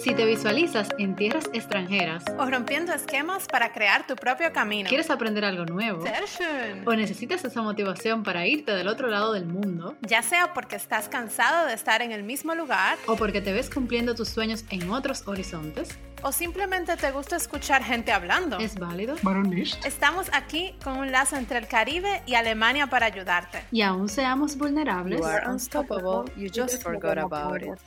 Si te visualizas en tierras extranjeras o rompiendo esquemas para crear tu propio camino, quieres aprender algo nuevo o necesitas esa motivación para irte del otro lado del mundo, ya sea porque estás cansado de estar en el mismo lugar o porque te ves cumpliendo tus sueños en otros horizontes, o simplemente te gusta escuchar gente hablando, es válido. Estamos aquí con un lazo entre el Caribe y Alemania para ayudarte. Y aún seamos vulnerables, You are unstoppable, you just forgot about it.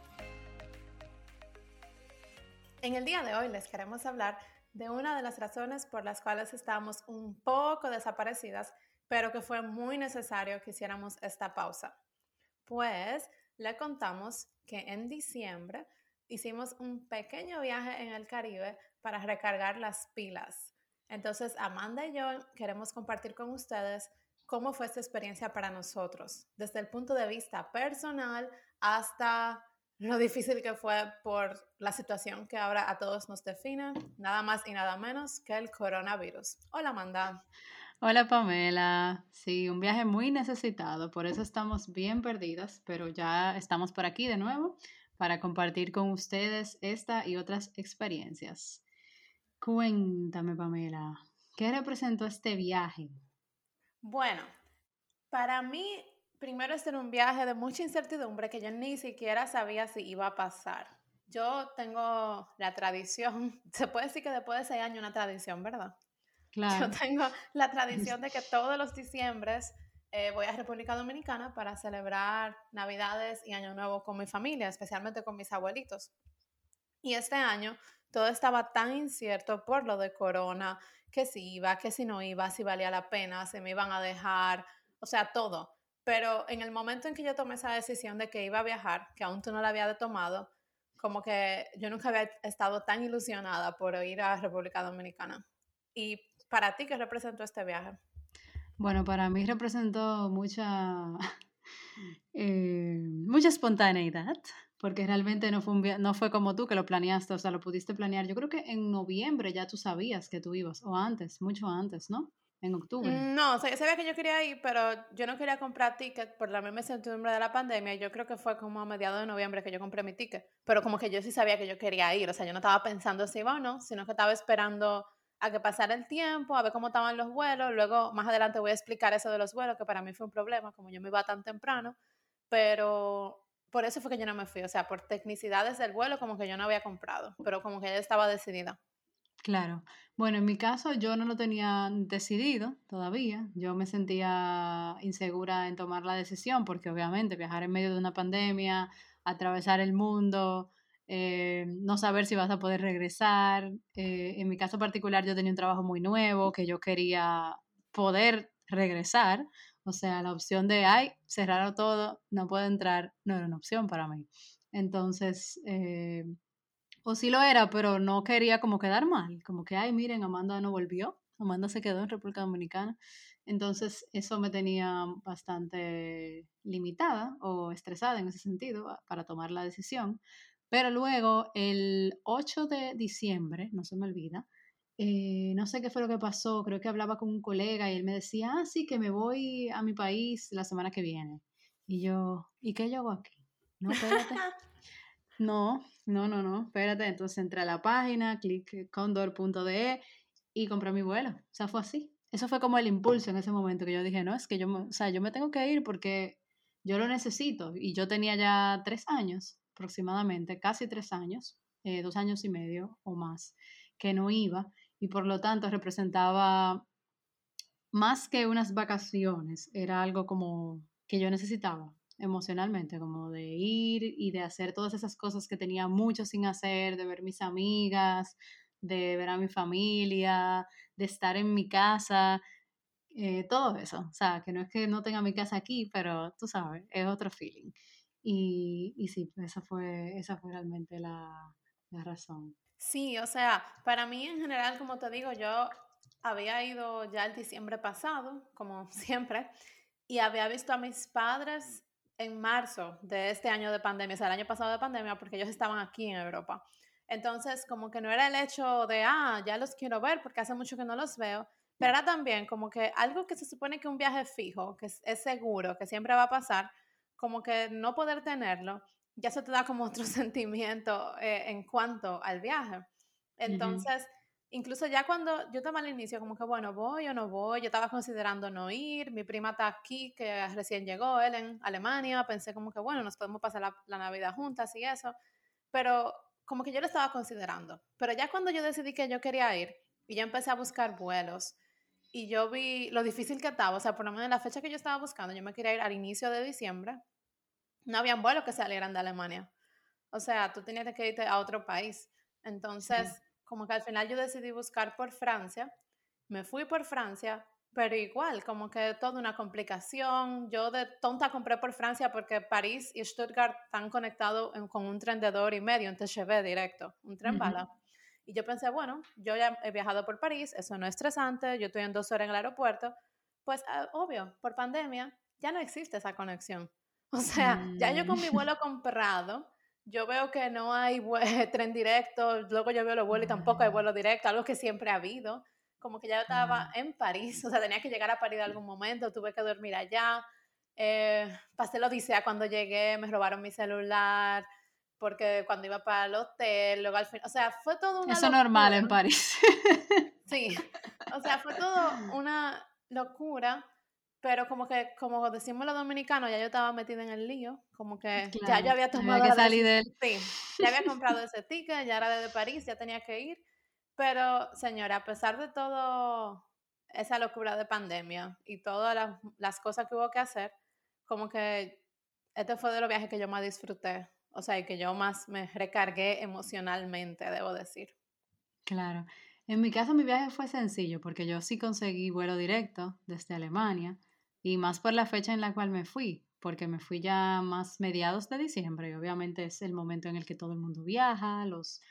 En el día de hoy les queremos hablar de una de las razones por las cuales estábamos un poco desaparecidas, pero que fue muy necesario que hiciéramos esta pausa. Pues le contamos que en diciembre hicimos un pequeño viaje en el Caribe para recargar las pilas. Entonces, Amanda y yo queremos compartir con ustedes cómo fue esta experiencia para nosotros, desde el punto de vista personal hasta lo difícil que fue por la situación que ahora a todos nos define, nada más y nada menos que el coronavirus. Hola, Amanda. Hola Pamela, sí, un viaje muy necesitado, por eso estamos bien perdidas, pero ya estamos por aquí de nuevo para compartir con ustedes esta y otras experiencias. Cuéntame, Pamela, ¿qué representó este viaje? Bueno, para mí, primero este era un viaje de mucha incertidumbre que yo ni siquiera sabía si iba a pasar. Yo tengo la tradición, se puede decir que después de 6 años una tradición, ¿verdad? Claro. Yo tengo la tradición de que todos los diciembres voy a República Dominicana para celebrar Navidades y Año Nuevo con mi familia, especialmente con mis abuelitos. Y este año todo estaba tan incierto por lo de corona, que si iba, que si no iba, si valía la pena, si me iban a dejar, o sea, todo. Pero en el momento en que yo tomé esa decisión de que iba a viajar, que aún tú no la habías tomado, como que yo nunca había estado tan ilusionada por ir a República Dominicana. ¿Y para ti qué representó este viaje? Bueno, para mí representó mucha espontaneidad, porque realmente no fue no fue como tú que lo planeaste, o sea, lo pudiste planear. Yo creo que en noviembre ya tú sabías que tú ibas, o antes, mucho antes, ¿no? En octubre. No, o sea, yo sabía que yo quería ir, pero yo no quería comprar ticket por la misma incertidumbre de la pandemia. Yo creo que fue como a mediados de noviembre que yo compré mi ticket. Pero como que yo sí sabía que yo quería ir. O sea, yo no estaba pensando si iba o no, sino que estaba esperando a que pasara el tiempo, a ver cómo estaban los vuelos. Luego, más adelante voy a explicar eso de los vuelos, que para mí fue un problema, como yo me iba tan temprano. Pero por eso fue que yo no me fui. O sea, por tecnicidades del vuelo, como que yo no había comprado. Pero como que ya estaba decidida. Claro. Bueno, en mi caso yo no lo tenía decidido todavía. Yo me sentía insegura en tomar la decisión porque obviamente viajar en medio de una pandemia, atravesar el mundo, no saber si vas a poder regresar. En mi caso particular yo tenía un trabajo muy nuevo que yo quería poder regresar. O sea, la opción de, ay, cerrar todo, no puedo entrar, no era una opción para mí. Entonces, o sí lo era, pero no quería como quedar mal, como que, ay, miren, Amanda no volvió, Amanda se quedó en República Dominicana. Entonces, eso me tenía bastante limitada o estresada en ese sentido para tomar la decisión. Pero luego, el 8 de diciembre, no se me olvida, no sé qué fue lo que pasó, creo que hablaba con un colega y él me decía, ah, sí, que me voy a mi país la semana que viene. Y yo, ¿y qué yo hago aquí? No, espérate. No, espérate. Entonces entré a la página, clic condor.de y compré mi vuelo. O sea, fue así. Eso fue como el impulso en ese momento que yo dije, no, es que o sea, yo me tengo que ir porque yo lo necesito. Y yo tenía ya 3 años aproximadamente, casi 3 años, 2 años y medio o más, que no iba. Y por lo tanto representaba más que unas vacaciones, era algo como que yo necesitaba emocionalmente, como de ir y de hacer todas esas cosas que tenía mucho sin hacer, de ver mis amigas, de ver a mi familia, de estar en mi casa, todo eso. O sea, que no es que no tenga mi casa aquí, pero tú sabes, es otro feeling. Y sí, esa fue realmente la razón. Sí, o sea, para mí en general, como te digo, yo había ido ya el diciembre pasado, como siempre, y había visto a mis padres en marzo de este año de pandemia, o sea, el año pasado de pandemia, porque ellos estaban aquí en Europa. Entonces, como que no era el hecho de, ya los quiero ver porque hace mucho que no los veo, pero era también como que algo que se supone que un viaje fijo, que es seguro, que siempre va a pasar, como que no poder tenerlo ya eso te da como otro sentimiento en cuanto al viaje. Ujú. Entonces, incluso ya cuando yo estaba al inicio, como que bueno, voy o no voy, yo estaba considerando no ir, mi prima está aquí, que recién llegó, él en Alemania, pensé como que bueno, nos podemos pasar la Navidad juntas y eso, pero como que yo lo estaba considerando. Pero ya cuando yo decidí que yo quería ir y yo empecé a buscar vuelos y yo vi lo difícil que estaba, o sea, por lo menos la fecha que yo estaba buscando, yo me quería ir al inicio de diciembre, no habían vuelos que salieran de Alemania. O sea, tú tenías que irte a otro país. Sí. Entonces, como que al final yo decidí buscar por Francia, me fui por Francia, pero igual, como que toda una complicación. Yo de tonta compré por Francia porque París y Stuttgart están conectados con un tren de 2 horas y media, un TGV directo, un tren Ujú. bala. Y yo pensé, bueno, yo ya he viajado por París, eso no es estresante, yo estoy en 2 horas en el aeropuerto. Pues obvio, por pandemia ya no existe esa conexión. O sea, ya yo Mm. con mi vuelo comprado, yo veo que no hay tren directo, luego yo veo los vuelos y tampoco hay Wow, vuelo directo, algo que siempre ha habido. Como que ya yo estaba wow. en París, o sea, tenía que llegar a París en algún momento, tuve que dormir allá. Pasé la odisea cuando llegué, me robaron mi celular, porque cuando iba para el hotel, luego al fin, o sea, fue toda una Eso es normal locura. en París. Sí, o sea, fue todo una locura, pero como que, como decimos los dominicanos, ya yo estaba metida en el lío, como que ya yo Claro, había había tomado que la salir decisión, de él. sí, ya había comprado ese ticket, ya era desde París, ya tenía que ir, pero señora, a pesar de todo esa locura de pandemia y todas las cosas que hubo que hacer, como que este fue de los viajes que yo más disfruté, o sea, y que yo más me recargué emocionalmente, debo decir. Claro. En mi caso, mi viaje fue sencillo porque yo sí conseguí vuelo directo desde Alemania y más por la fecha en la cual me fui, porque me fui ya más mediados de diciembre y obviamente es el momento en el que todo el mundo viaja,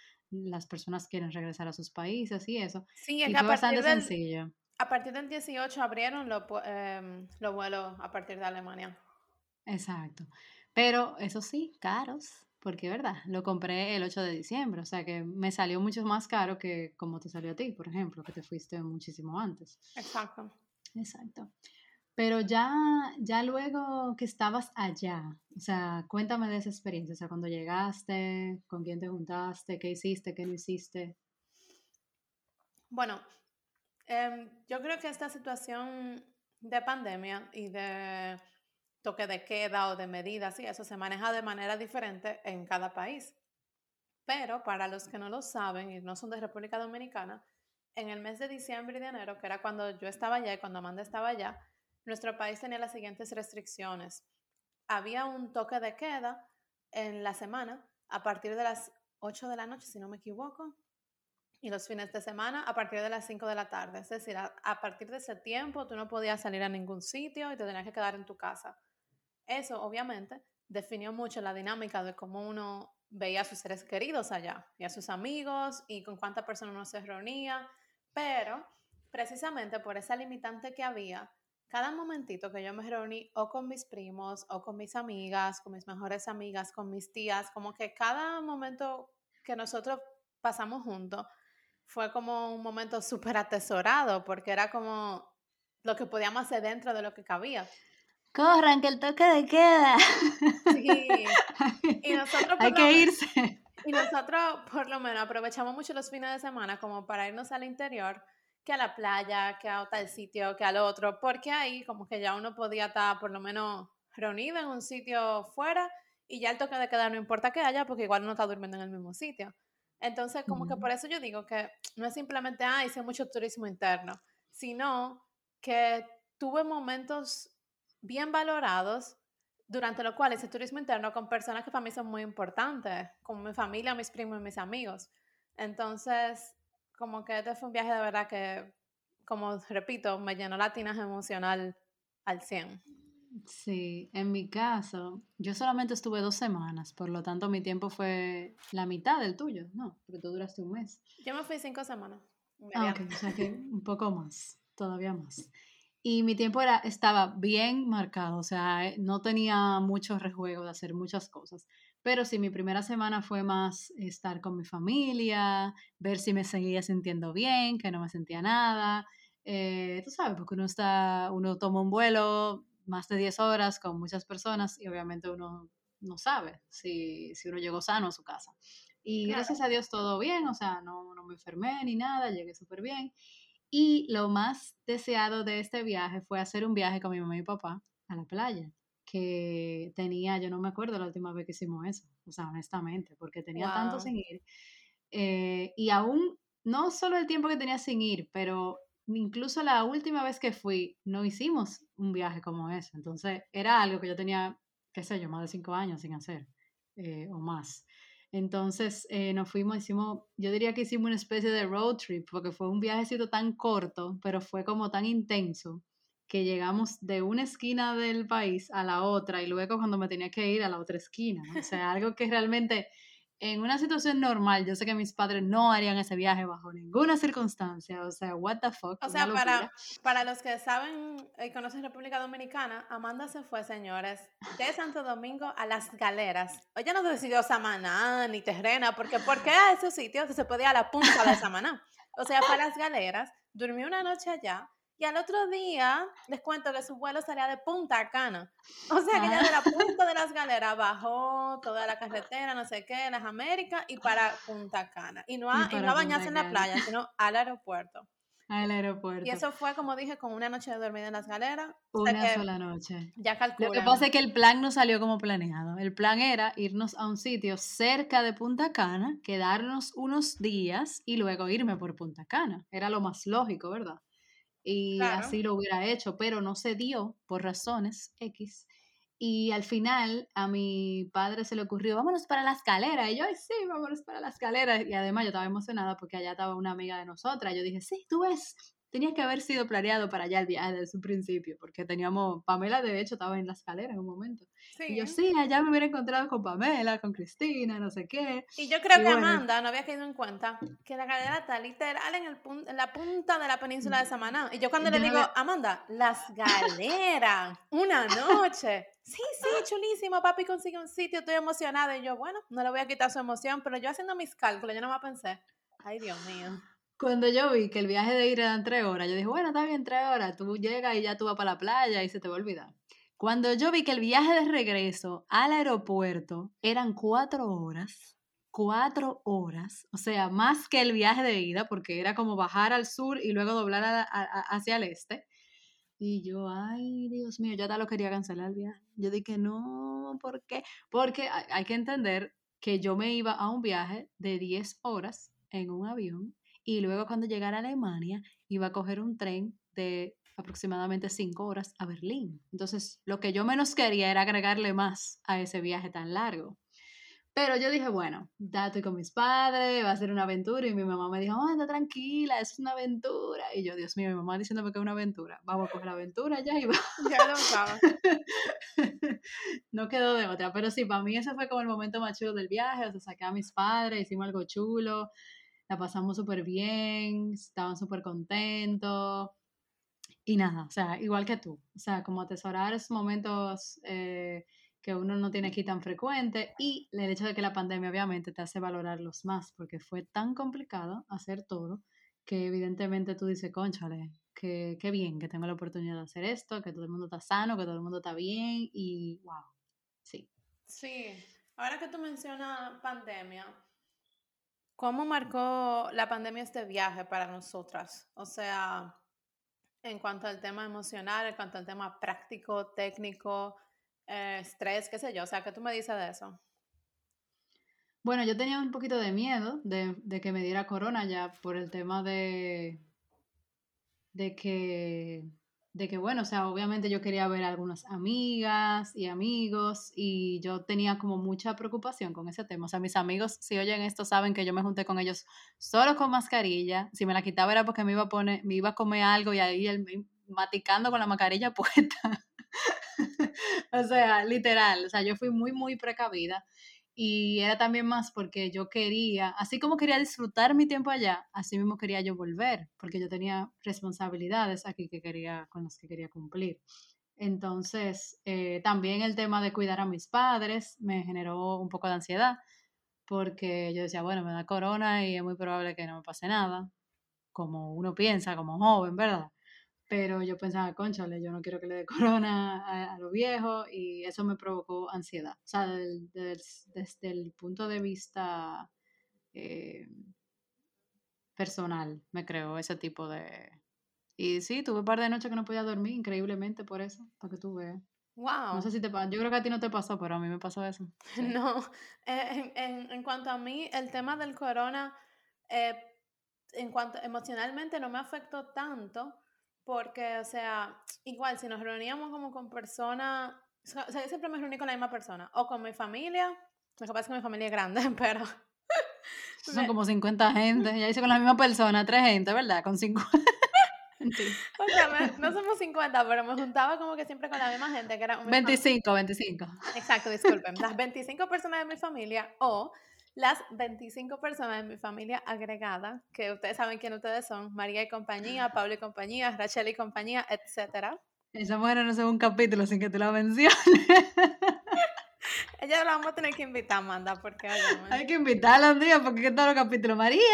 las personas quieren regresar a sus países y eso. Sí, es Y que a fue partir bastante del, sencillo. A partir del 18 abrieron los vuelos a partir de Alemania. Exacto. Pero eso sí, caros, porque verdad, lo compré el 8 de diciembre, o sea que me salió mucho más caro que como te salió a ti, por ejemplo, que te fuiste muchísimo antes. Exacto. Exacto. Pero ya luego que estabas allá, o sea, cuéntame de esa experiencia, o sea, cuando llegaste, con quién te juntaste, qué hiciste, qué no hiciste. Bueno, yo creo que esta situación de pandemia y de toque de queda o de medidas y eso se maneja de manera diferente en cada país. Pero para los que no lo saben y no son de República Dominicana, en el mes de diciembre y de enero, que era cuando yo estaba allá y cuando Amanda estaba allá, nuestro país tenía las siguientes restricciones. Había un toque de queda en la semana a partir de las 8 de la noche, si no me equivoco, y los fines de semana a partir de las 5 de la tarde. Es decir, a partir de ese tiempo tú no podías salir a ningún sitio y te tenías que quedar en tu casa. Eso, obviamente, definió mucho la dinámica de cómo uno veía a sus seres queridos allá y a sus amigos y con cuántas personas uno se reunía. Pero, precisamente por esa limitante que había, cada momentito que yo me reuní o con mis primos o con mis amigas, con mis mejores amigas, con mis tías, como que cada momento que nosotros pasamos juntos fue como un momento súper atesorado porque era como lo que podíamos hacer dentro de lo que cabía. Corran, que el toque de queda. Sí, y nosotros por Hay lo que menos, irse. y nosotros por lo menos aprovechamos mucho los fines de semana como para irnos al interior, que a la playa, que a tal sitio, que al otro, porque ahí como que ya uno podía estar por lo menos reunido en un sitio fuera y ya el toque de queda no importa que haya porque igual uno está durmiendo en el mismo sitio. Entonces como que Ujú. por eso yo digo que no es simplemente, hice mucho turismo interno, sino que tuve momentos bien valorados durante lo cual ese turismo interno con personas que para mí son muy importantes, como mi familia, mis primos y mis amigos. Entonces, como que este fue un viaje de verdad que, como repito, me llenó la tinaja emocional al 100. Sí, en mi caso, yo solamente estuve 2 semanas, por lo tanto mi tiempo fue la mitad del tuyo, ¿no? Porque tú duraste un mes. Yo me fui 5 semanas y Ah, ok, media. o sea que un poco más, todavía más. Y mi tiempo estaba bien marcado, o sea, no tenía mucho rejuego de hacer muchas cosas. Pero sí, mi primera semana fue más estar con mi familia, ver si me seguía sintiendo bien, que no me sentía nada. Tú sabes, porque uno toma un vuelo más de 10 horas con muchas personas y obviamente uno no sabe si uno llegó sano a su casa. Y Claro. gracias a Dios todo bien, o sea, no me enfermé ni nada, llegué súper bien. Y lo más deseado de este viaje fue hacer un viaje con mi mamá y mi papá a la playa, que tenía, yo no me acuerdo la última vez que hicimos eso, o sea, honestamente, porque tenía tanto Wow. sin ir. Y aún, no solo el tiempo que tenía sin ir, pero incluso la última vez que fui, no hicimos un viaje como ese. Entonces, era algo que yo tenía, qué sé yo, más de 5 años sin hacer, o más. Entonces, nos fuimos, hicimos, yo diría que hicimos una especie de road trip, porque fue un viajecito tan corto, pero fue como tan intenso, que llegamos de una esquina del país a la otra, y luego cuando me tenía que ir a la otra esquina, ¿no? O sea, algo que realmente en una situación normal, yo sé que mis padres no harían ese viaje bajo ninguna circunstancia. O sea, what the fuck, O una sea, locura. para los que saben y conocen República Dominicana, Amanda se fue, señores, de Santo Domingo a Las Galeras. Ella no decidió Samaná ni Terrena, porque ¿por qué a esos sitios se podía ir a la punta de Samaná? O sea, fue a Las Galeras, durmió una noche allá y al otro día les cuento que su vuelo salía de Punta Cana. O sea, que ella de Ajá. la punta de Las Galeras bajó toda la carretera, no sé qué, las Américas y para Punta Cana. Y Y no para a bañarse Punta en la Cana, playa, sino al aeropuerto. al Y aeropuerto. eso fue, como dije, con una noche de dormida en las galeras. O sea Una que sola noche. ya Lo que pasa calculan. es que el plan no salió como planeado. El plan era irnos a un sitio cerca de Punta Cana, quedarnos unos días y luego irme por Punta Cana. Era lo más lógico, ¿verdad? Y Claro. así lo hubiera hecho, pero no se dio por razones X. Y al final a mi padre se le ocurrió, vámonos para la escalera. Y yo, ay, sí, vámonos para la escalera. Y además yo estaba emocionada porque allá estaba una amiga de nosotras. Yo dije, sí, tú ves, tenía que haber sido planeado para allá el viaje desde su principio, porque teníamos, Pamela de hecho estaba en la escalera en un momento. Y yo, Sí. sí, allá me hubiera encontrado con Pamela, con Cristina, no sé qué. Y yo creo Y que bueno, Amanda no había caído en cuenta que la galera está literal en la punta de la península de Samaná. Y yo cuando le yo no digo, había, Amanda, las galeras, una noche. Sí, sí, chulísimo, papi consigue un sitio, estoy emocionada. Y yo, bueno, no le voy a quitar su emoción, pero yo haciendo mis cálculos, yo no me pensé, ay, Dios mío. cuando yo vi que el viaje de ir eran 3 horas, yo dije, bueno, está bien, 3 horas, tú llegas y ya tú vas para la playa y se te va a olvidar. Cuando yo vi que el viaje de regreso al aeropuerto eran 4 horas, 4 horas, o sea, más que el viaje de ida, porque era como bajar al sur y luego doblar hacia el este. Y yo, ay, Dios mío, yo hasta lo quería cancelar el viaje. Yo dije, no, ¿por qué? Porque hay que entender que yo me iba a un viaje de 10 horas en un avión y luego cuando llegara a Alemania iba a coger un tren de aproximadamente 5 horas a Berlín. Entonces, lo que yo menos quería era agregarle más a ese viaje tan largo. Pero yo dije, bueno, ya estoy con mis padres, va a ser una aventura. Y mi mamá me dijo, anda tranquila, es una aventura. Y yo, Dios mío, mi mamá diciéndome que es una aventura. Vamos a coger la aventura ya y va. Ya lo sabes. No quedó de otra. Pero sí, para mí ese fue como el momento más chulo del viaje. O sea, saqué a mis padres, hicimos algo chulo, la pasamos súper bien, estaban súper contentos. Y nada, o sea, igual que tú, o sea, como atesorar esos momentos que uno no tiene aquí tan frecuente y el hecho de que la pandemia obviamente te hace valorarlos más porque fue tan complicado hacer todo que evidentemente tú dices, cónchale, qué bien que tengo la oportunidad de hacer esto, que todo el mundo está sano, que todo el mundo está bien y wow, sí. Sí. Ahora que tú mencionas pandemia, ¿cómo marcó la pandemia este viaje para nosotras? O sea, en cuanto al tema emocional, en cuanto al tema práctico, técnico, estrés, qué sé yo. O sea, ¿qué tú me dices de eso? Bueno, yo tenía un poquito de miedo de que me diera corona ya por el tema de que, de que, bueno, o sea, obviamente yo quería ver a algunas amigas y amigos y yo tenía como mucha preocupación con ese tema. O sea, mis amigos, si oyen esto, saben que yo me junté con ellos solo con mascarilla. Si me la quitaba era porque me iba a poner, me iba a comer algo y ahí maticando con la mascarilla puesta. O sea, literal, o sea, yo fui muy, muy precavida y era también más porque yo quería, así como quería disfrutar mi tiempo allá, así mismo quería yo volver, porque yo tenía responsabilidades aquí que quería, con las que quería cumplir. Entonces, también el tema de cuidar a mis padres me generó un poco de ansiedad, porque yo decía, bueno, me da corona y es muy probable que no me pase nada, como uno piensa, como joven, ¿verdad? pero yo pensaba, cónchale, yo no quiero que le dé corona a los viejos y eso me provocó ansiedad. O sea, desde el punto de vista eh, personal, me creo ese tipo de... Y sí, tuve un par de noches que no podía dormir, increíblemente por eso, para que tú veas. No sé Wow. si te pasa, yo creo que a ti no te pasó, pero a mí me pasó eso. Sí. No, en cuanto a mí, el tema del corona, eh, en cuanto emocionalmente no me afectó tanto, porque, o sea, igual si nos reuníamos como con personas, o sea, yo siempre me reuní con la misma persona, o con mi familia, lo que pasa es que mi familia es grande, pero Son me- como 50 gente, ya hice con la misma persona, 3 gente, ¿verdad? Con 50. Mentira. o sea, no somos 50, pero me juntaba como que siempre con la misma gente, que era mi familia. 25, 25. Exacto, disculpen. Las 25 personas de mi familia o las 25 personas de mi familia agregada, que ustedes saben quién ustedes son, María y compañía, Pablo y compañía, Rachel y compañía, etcétera. Esa mujer no es un capítulo sin que te la menciones. Ella la vamos a tener que invitar, Amanda, porque óyeme. Hay que invitarla un día porque que todos los capítulos. María,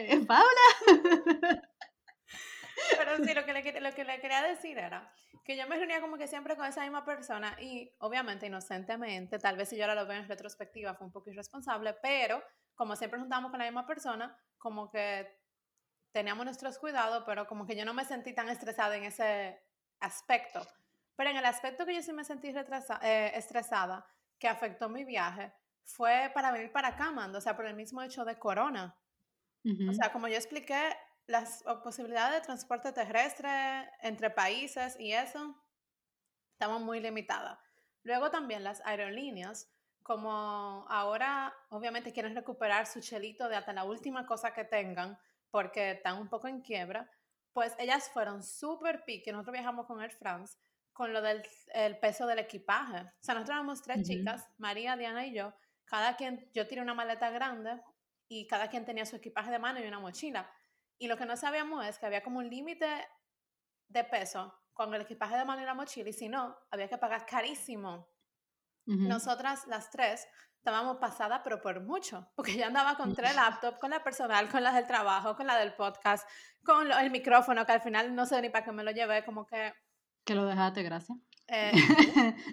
Paula. Pero sí, lo que le quería decir era que yo me reunía como que siempre con esa misma persona y obviamente inocentemente, tal vez si yo ahora lo veo en retrospectiva fue un poco irresponsable, pero como siempre nos juntábamos con la misma persona, como que teníamos nuestros cuidados, pero como que yo no me sentí tan estresada en ese aspecto. Pero en el aspecto que yo sí me sentí estresada, que afectó mi viaje, fue para venir para acá, Mando, o sea, por el mismo hecho de corona. O Ujú, sea, como yo expliqué, las posibilidades de transporte terrestre entre países y eso estaban muy limitadas. Luego también las aerolíneas, como ahora obviamente quieren recuperar su chelito de hasta la última cosa que tengan, porque están un poco en quiebra, pues ellas fueron súper pique. Nosotros viajamos con Air France con lo del el peso del equipaje. O sea, nosotros éramos tres ujú, chicas, María, Diana y yo. Cada quien, yo tiré una maleta grande y cada quien tenía su equipaje de mano y una mochila. Y lo que no sabíamos es que había como un límite de peso con el equipaje de mano y la mochila, y si no, había que pagar carísimo. ujú, Nosotras, las tres, estábamos pasadas, pero por mucho, porque yo andaba con 3 laptops, con la personal, con la del trabajo, con la del podcast, con el micrófono, que al final no sé ni para qué me lo llevé, como que, que lo dejaste, gracias. sí.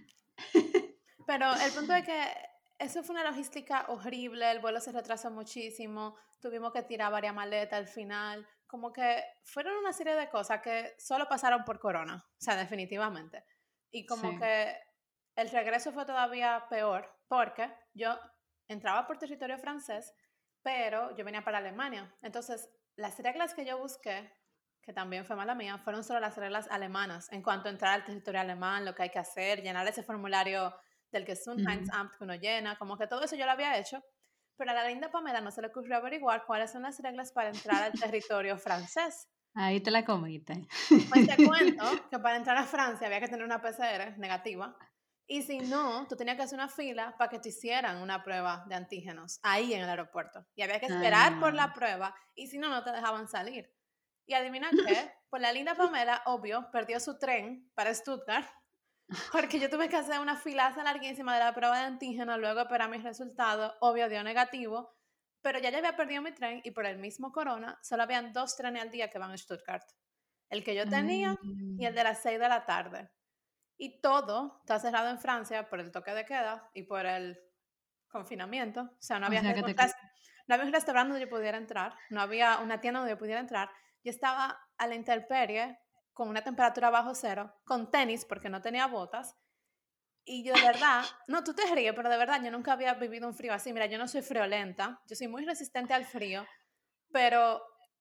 Pero el punto es que eso fue una logística horrible, el vuelo se retrasó muchísimo, tuvimos que tirar varias maletas al final, como que fueron una serie de cosas que solo pasaron por corona, o sea, definitivamente. Y como Sí. que el regreso fue todavía peor, porque yo entraba por territorio francés, pero yo venía para Alemania. Entonces, las reglas que yo busqué, que también fue mala mía, fueron solo las reglas alemanas en cuanto a entrar al territorio alemán, lo que hay que hacer, llenar ese formulario del Ujú. Gesundheitsamt que uno llena, como que todo eso yo lo había hecho, pero a la linda Pamela no se le ocurrió averiguar cuáles son las reglas para entrar al territorio francés. Ahí te la comiste. Pues te cuento que para entrar a Francia había que tener una PCR negativa y si no, tú tenías que hacer una fila para que te hicieran una prueba de antígenos ahí en el aeropuerto y había que Ay, mi esperar por madre. la prueba y si no, no te dejaban salir. Y adivina qué, pues la linda Pamela, obvio, perdió su tren para Stuttgart porque yo tuve que hacer una filaza larguísima de la prueba de antígeno, luego esperar mis resultados, obvio dio negativo, pero ya yo había perdido mi tren y por el mismo corona solo habían 2 trenes al día que van a Stuttgart. El que yo tenía Ay. y el de las 6 de la tarde. Y todo está cerrado en Francia por el toque de queda y por el confinamiento. O sea, O sea que te... no había un restaurante donde yo pudiera entrar, no había una tienda donde yo pudiera entrar. Yo estaba a la intemperie con una temperatura bajo cero, con tenis porque no tenía botas y yo de verdad, no, tú te ríes, pero de verdad yo nunca había vivido un frío así. Mira, yo no soy friolenta, yo soy muy resistente al frío, pero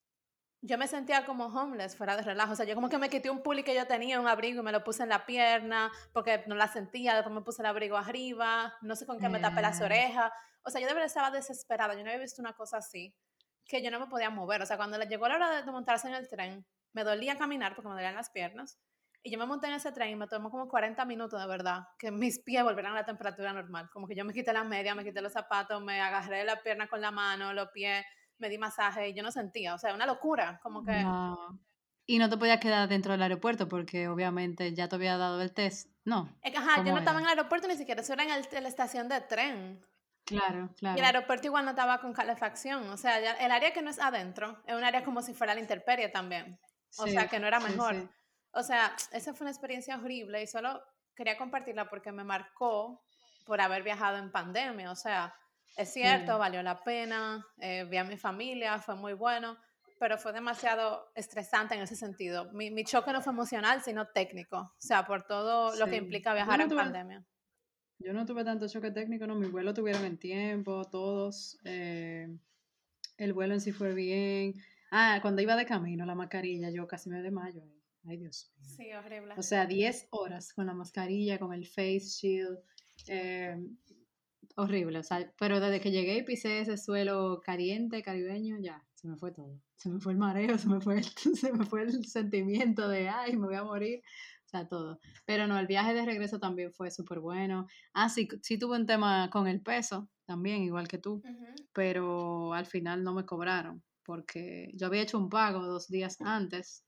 yo me sentía como homeless, fuera de relajo. O sea, yo como que me quité un puli que yo tenía, un abrigo, y me lo puse en la pierna porque no la sentía. Después me puse el abrigo arriba, no sé con qué me tapé las eh, orejas. O sea, yo de verdad estaba desesperada. Yo no había visto una cosa así, que yo no me podía mover. O sea, cuando le llegó la hora de montarse en el tren, me dolía caminar porque me dolían las piernas. Y yo me monté en ese tren y me tomó como 40 minutos de verdad, que mis pies volvieran a la temperatura normal. Como que yo me quité la media, me quité los zapatos, me agarré la pierna con la mano, los pies, me di masaje y yo no sentía, o sea, una locura, como que, wow. Y no te podías quedar dentro del aeropuerto porque obviamente ya te había dado el test. No, es que, ajá, yo no ¿cómo estaba era? en el aeropuerto ni siquiera, eso era en la estación de tren. Claro, Y el claro. aeropuerto igual no estaba con calefacción, o sea, el área que no es adentro es un área como si fuera la intemperie también, o sea, Sí, que no era sí, mejor. sí. o sea, esa fue una experiencia horrible y solo quería compartirla porque me marcó por haber viajado en pandemia. O sea, es cierto, Sí. valió la pena, vi a mi familia, fue muy bueno, pero fue demasiado estresante en ese sentido. Mi choque no fue emocional, sino técnico. O sea, por todo lo que Sí. implica viajar en pandemia. Yo no tuve tanto choque técnico, no, mi vuelo tuvieron en tiempo, todos. El vuelo en sí fue bien. Ah, cuando iba de camino, la mascarilla, yo casi me desmayo ahí. Ay, Dios mío. Sí, horrible. O sea, 10 horas con la mascarilla, con el face shield. eh, Horrible. O sea, pero desde que llegué y pisé ese suelo caliente, caribeño, ya, se me fue todo. Se me fue el mareo, se me fue el sentimiento de, ay, me voy a morir. O sea, todo. Pero no, el viaje de regreso también fue súper bueno. Ah, sí, sí tuve un tema con el peso, también, igual que tú, Ujú. pero al final no me cobraron, porque yo había hecho un pago 2 días antes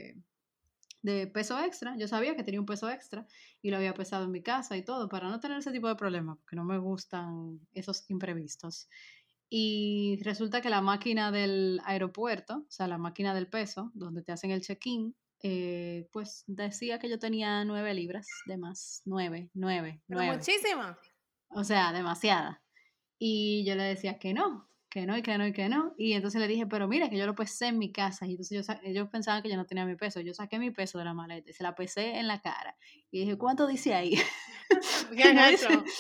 de peso extra. Yo sabía que tenía un peso extra y lo había pesado en mi casa y todo para no tener ese tipo de problemas, porque no me gustan esos imprevistos. Y resulta que la máquina del aeropuerto, o sea, la máquina del peso, donde te hacen el check-in, pues decía que yo tenía 9 libras de más. Nueve, nueve, Pero nueve. muchísima. O sea, demasiada. Y yo le decía que no, que no y que no y que no. Y entonces le dije, pero mira, que yo lo pesé en mi casa. Y entonces ellos pensaban que yo no tenía mi peso. Yo saqué mi peso de la maleta y se la pesé en la cara. Y dije, ¿cuánto dice ahí? Y Bien me dice, hecho.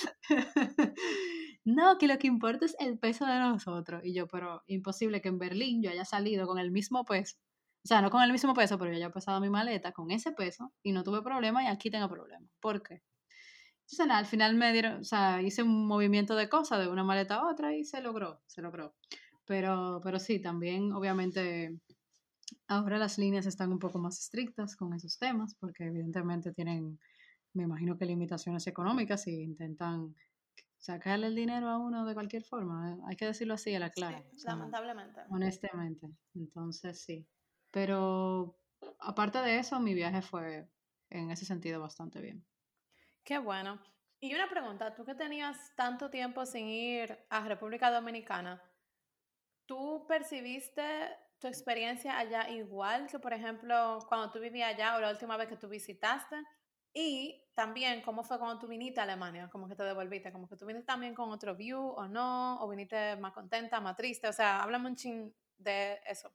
no, que lo que importa es el peso de nosotros. Y yo, pero imposible que en Berlín yo haya salido con el mismo peso. O sea, no con el mismo peso, pero yo haya pesado mi maleta con ese peso y no tuve problema y aquí tengo problema. ¿Por qué? Entonces, nada, al final me dieron, o sea, hice un movimiento de cosas de una maleta a otra y se logró, se logró. Pero sí, también obviamente ahora las líneas están un poco más estrictas con esos temas porque evidentemente tienen, me imagino que limitaciones económicas y intentan sacarle el dinero a uno de cualquier forma. Hay que decirlo así a la Sí, clara, o sea, lamentablemente. honestamente. Entonces, sí. Pero aparte de eso, mi viaje fue en ese sentido bastante bien. Qué bueno. Y una pregunta, tú que tenías tanto tiempo sin ir a República Dominicana, ¿tú percibiste tu experiencia allá igual que, por ejemplo, cuando tú vivías allá o la última vez que tú visitaste? Y también, ¿cómo fue cuando tú viniste a Alemania? Como que te devolviste, como que tú viniste también con otro view o no, o viniste más contenta, más triste, o sea, háblame un chin de eso.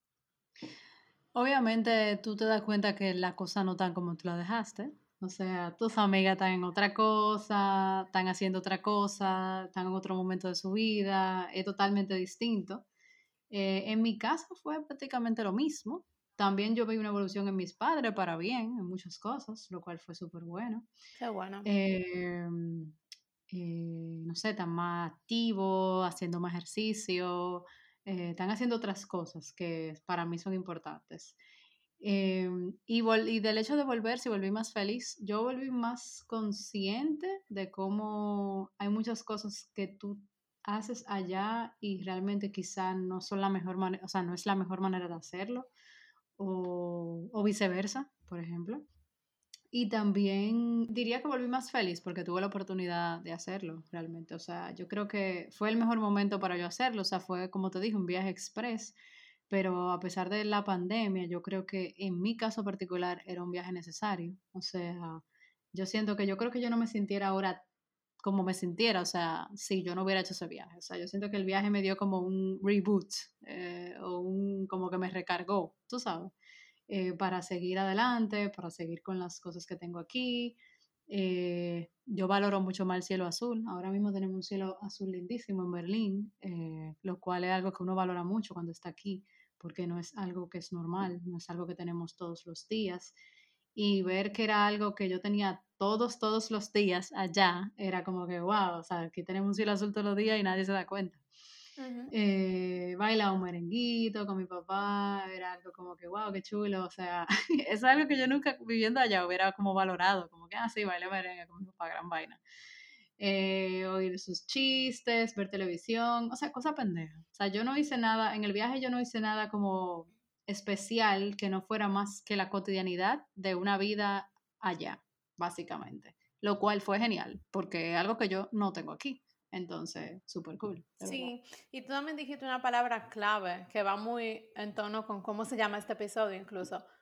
Obviamente tú te das cuenta que la cosa no tan como tú la dejaste. O sea, tus amigas están en otra cosa, están haciendo otra cosa, están en otro momento de su vida, es totalmente distinto. En mi caso fue prácticamente lo mismo. También yo vi una evolución en mis padres para bien, en muchas cosas, lo cual fue súper bueno. Qué bueno. Eh, no sé, están más activos, haciendo más ejercicio, están haciendo otras cosas que para mí son importantes. Y del hecho de volver, si volví más feliz, yo volví más consciente de cómo hay muchas cosas que tú haces allá y realmente quizá no son la mejor manera, o sea, no es la mejor manera de hacerlo, o viceversa, por ejemplo. Y también diría que volví más feliz porque tuve la oportunidad de hacerlo realmente. O sea, yo creo que fue el mejor momento para yo hacerlo. O sea, fue, como te dije, un viaje express. Pero a pesar de la pandemia, yo creo que en mi caso particular era un viaje necesario. O sea, yo creo que yo no me sintiera ahora como me sintiera. O sea, si yo no hubiera hecho ese viaje. O sea, yo siento que el viaje me dio como un reboot, como que me recargó, tú sabes, para seguir adelante, para seguir con las cosas que tengo aquí. Yo valoro mucho más el cielo azul. Ahora mismo tenemos un cielo azul lindísimo en Berlín, lo cual es algo que uno valora mucho cuando está aquí, porque no es algo que es normal, no es algo que tenemos todos los días. Y ver que era algo que yo tenía todos los días allá, era como que, wow, o sea, aquí tenemos un cielo azul todos los días y nadie se da cuenta. Ujú. Bailaba un merenguito con mi papá, era algo como que, wow, qué chulo, o sea, es algo que yo nunca viviendo allá hubiera como valorado, como que, sí, bailé merengue con mi papá, gran vaina. Oír sus chistes, ver televisión, o sea, cosa pendeja. O sea, yo no hice nada, en el viaje yo no hice nada como especial que no fuera más que la cotidianidad de una vida allá, básicamente. Lo cual fue genial, porque es algo que yo no tengo aquí. Entonces, súper cool, de verdad. Sí, y tú también dijiste una palabra clave que va muy en tono con cómo se llama este episodio incluso.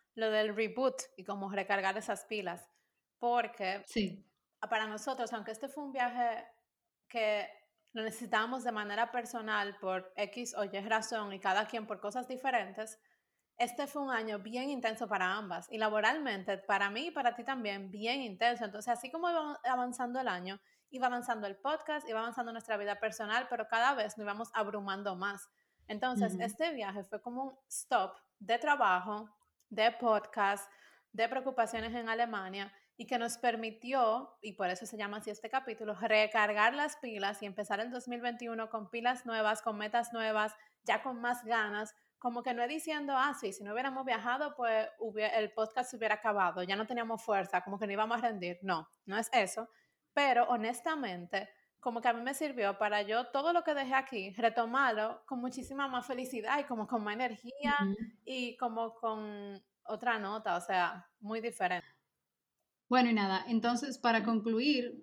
lo del reboot y como recargar esas pilas, porque Sí. para nosotros, aunque este fue un viaje que lo necesitábamos de manera personal por X o Y razón y cada quien por cosas diferentes, este fue un año bien intenso para ambas y laboralmente, para mí y para ti también, bien intenso. Entonces, así como iba avanzando el año, iba avanzando el podcast, iba avanzando nuestra vida personal, pero cada vez nos íbamos abrumando más. Entonces, Ujú. este viaje fue como un stop de trabajo, de podcast, de preocupaciones en Alemania y que nos permitió, y por eso se llama así este capítulo, recargar las pilas y empezar el 2021 con pilas nuevas, con metas nuevas, ya con más ganas, como que no es diciendo, sí, si no hubiéramos viajado, pues el podcast se hubiera acabado, ya no teníamos fuerza, como que no íbamos a rendir. No, no es eso. Pero honestamente, como que a mí me sirvió para yo todo lo que dejé aquí, retomarlo con muchísima más felicidad y como con más energía Ujú. y como con otra nota, o sea, muy diferente. Bueno, y nada, entonces para concluir,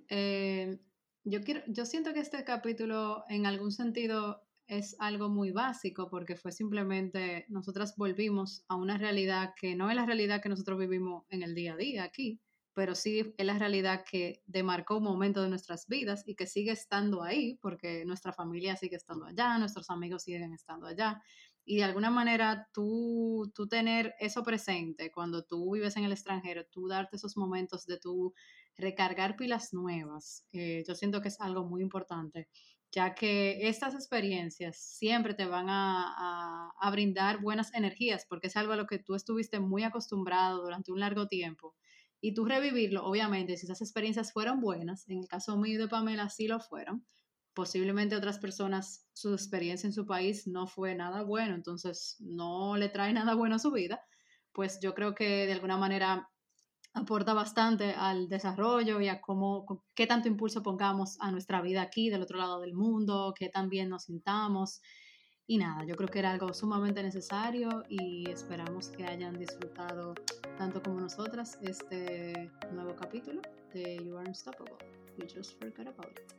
yo siento que este capítulo en algún sentido es algo muy básico porque fue simplemente nosotras volvimos a una realidad que no es la realidad que nosotros vivimos en el día a día aquí, pero sí es la realidad que demarcó un momento de nuestras vidas y que sigue estando ahí porque nuestra familia sigue estando allá, nuestros amigos siguen estando allá. Y de alguna manera tú tener eso presente cuando tú vives en el extranjero, tú darte esos momentos de tú recargar pilas nuevas, yo siento que es algo muy importante, ya que estas experiencias siempre te van a brindar buenas energías, porque es algo a lo que tú estuviste muy acostumbrado durante un largo tiempo. Y tú revivirlo, obviamente, si esas experiencias fueron buenas, en el caso mío y de Pamela sí lo fueron, posiblemente otras personas, su experiencia en su país no fue nada bueno, entonces no le trae nada bueno a su vida, pues yo creo que de alguna manera aporta bastante al desarrollo y a qué tanto impulso pongamos a nuestra vida aquí, del otro lado del mundo, qué tan bien nos sintamos. Y nada, yo creo que era algo sumamente necesario y esperamos que hayan disfrutado tanto como nosotras este nuevo capítulo de You Are Unstoppable. We just forgot about it.